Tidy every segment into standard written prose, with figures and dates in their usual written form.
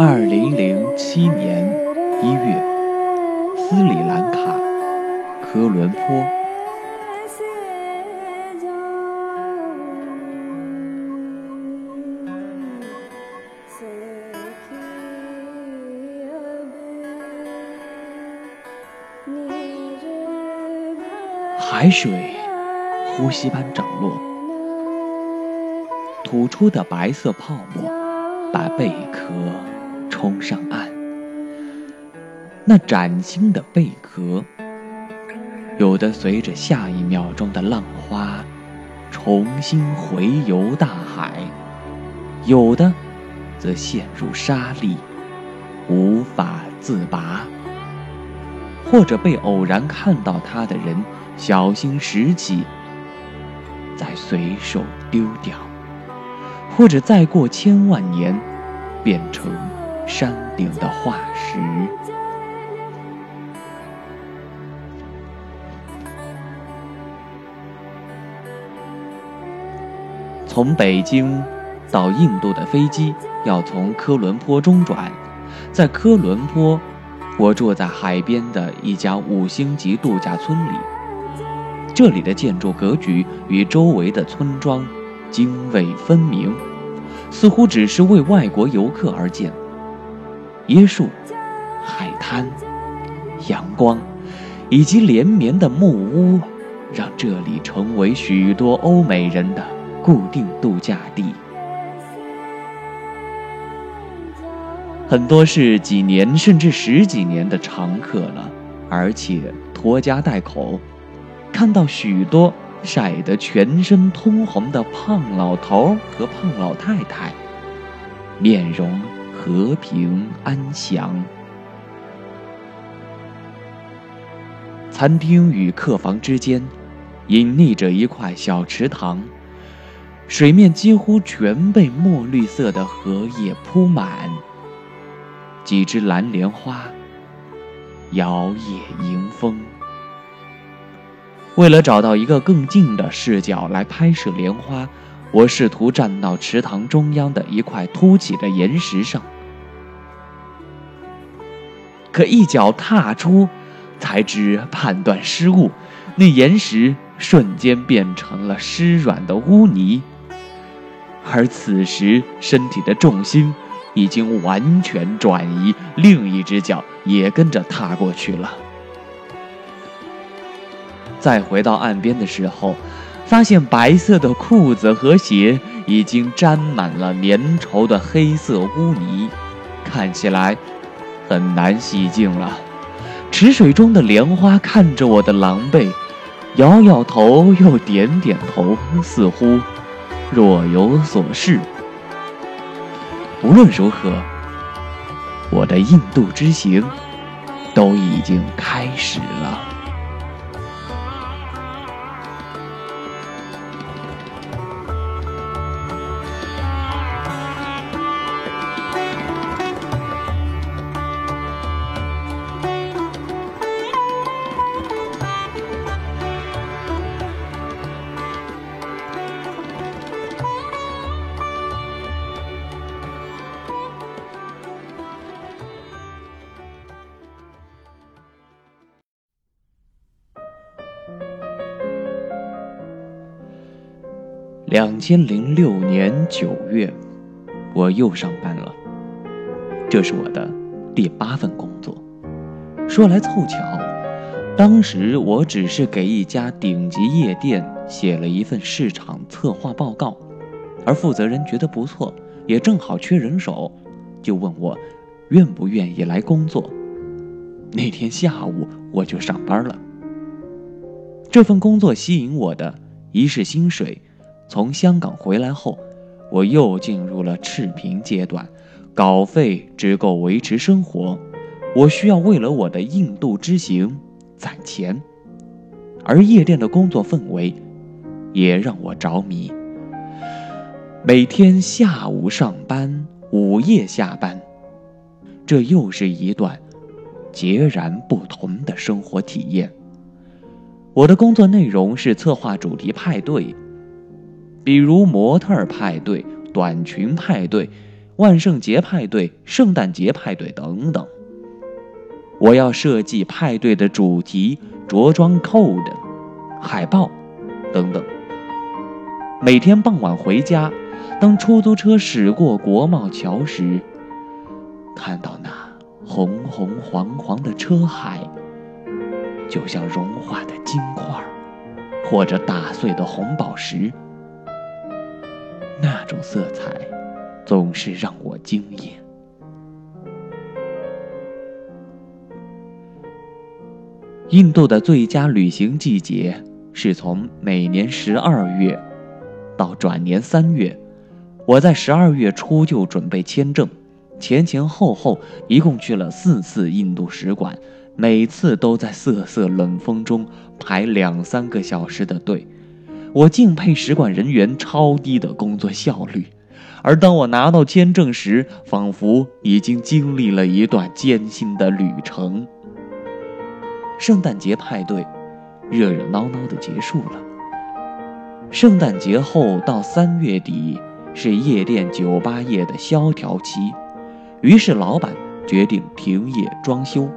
2007年1月，斯里兰卡科伦坡。海水呼吸般涨落，吐出的白色泡沫把贝壳冲上岸。那崭新的贝壳，有的随着下一秒钟的浪花重新回游大海，有的则陷入沙砾无法自拔，或者被偶然看到它的人小心拾起再随手丢掉，或者再过千万年变成山顶的化石。从北京到印度的飞机要从科伦坡中转，在科伦坡，我住在海边的一家5星级度假村里。这里的建筑格局与周围的村庄泾渭分明，似乎只是为外国游客而建。椰树、海滩、阳光以及连绵的木屋，让这里成为许多欧美人的固定度假地。很多是几年甚至10几年的常客了，而且拖家带口。看到许多晒得全身通红的胖老头和胖老太太，面容和平安详。餐厅与客房之间隐匿着一块小池塘，水面几乎全被墨绿色的荷叶铺满，几只蓝莲花摇曳迎风。为了找到一个更近的视角来拍摄莲花，我试图站到池塘中央的一块凸起的岩石上，可一脚踏出，才知判断失误，那岩石瞬间变成了湿软的污泥，而此时身体的重心已经完全转移，另一只脚也跟着踏过去了。再回到岸边的时候，发现白色的裤子和鞋已经沾满了粘稠的黑色污泥，看起来很难洗净了。池水中的莲花看着我的狼狈，摇摇头又点点头，似乎若有所示。无论如何，我的印度之行都已经开始了。2006年9月，我又上班了。这是我的第8份工作。说来凑巧，当时我只是给一家顶级夜店写了一份市场策划报告，而负责人觉得不错，也正好缺人手，就问我愿不愿意来工作。那天下午我就上班了。这份工作吸引我的，一是薪水。从香港回来后，我又进入了赤贫阶段，稿费只够维持生活，我需要为了我的印度之行攒钱。而夜店的工作氛围也让我着迷，每天下午上班，午夜下班，这又是一段截然不同的生活体验。我的工作内容是策划主题派对，比如模特派对、短裙派对、 万圣节派对、圣诞节派对等等。我要设计派对的主题、着装 code、海报等等。每天傍晚回家，当出租车驶过国贸桥时，看到那红红黄黄的车海，就像融化的金块或者打碎的红宝石，那种色彩总是让我惊艳。印度的最佳旅行季节是从每年12月到转年3月，我在12月初就准备签证，前前后后一共去了4次印度使馆，每次都在瑟瑟冷风中排2-3个小时的队。我敬佩使馆人员超低的工作效率，而当我拿到签证时，仿佛已经经历了一段艰辛的旅程。圣诞节派对热热闹闹地结束了。圣诞节后到3月底是夜店酒吧业的萧条期，于是老板决定停业装修。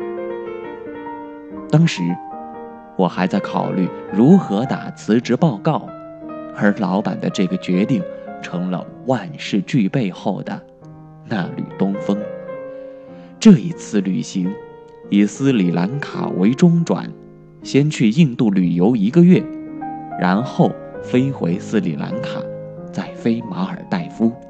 当时我还在考虑如何打辞职报告，而老板的这个决定成了万事俱备后的那缕东风。这一次旅行以斯里兰卡为中转，先去印度旅游1个月，然后飞回斯里兰卡，再飞马尔代夫。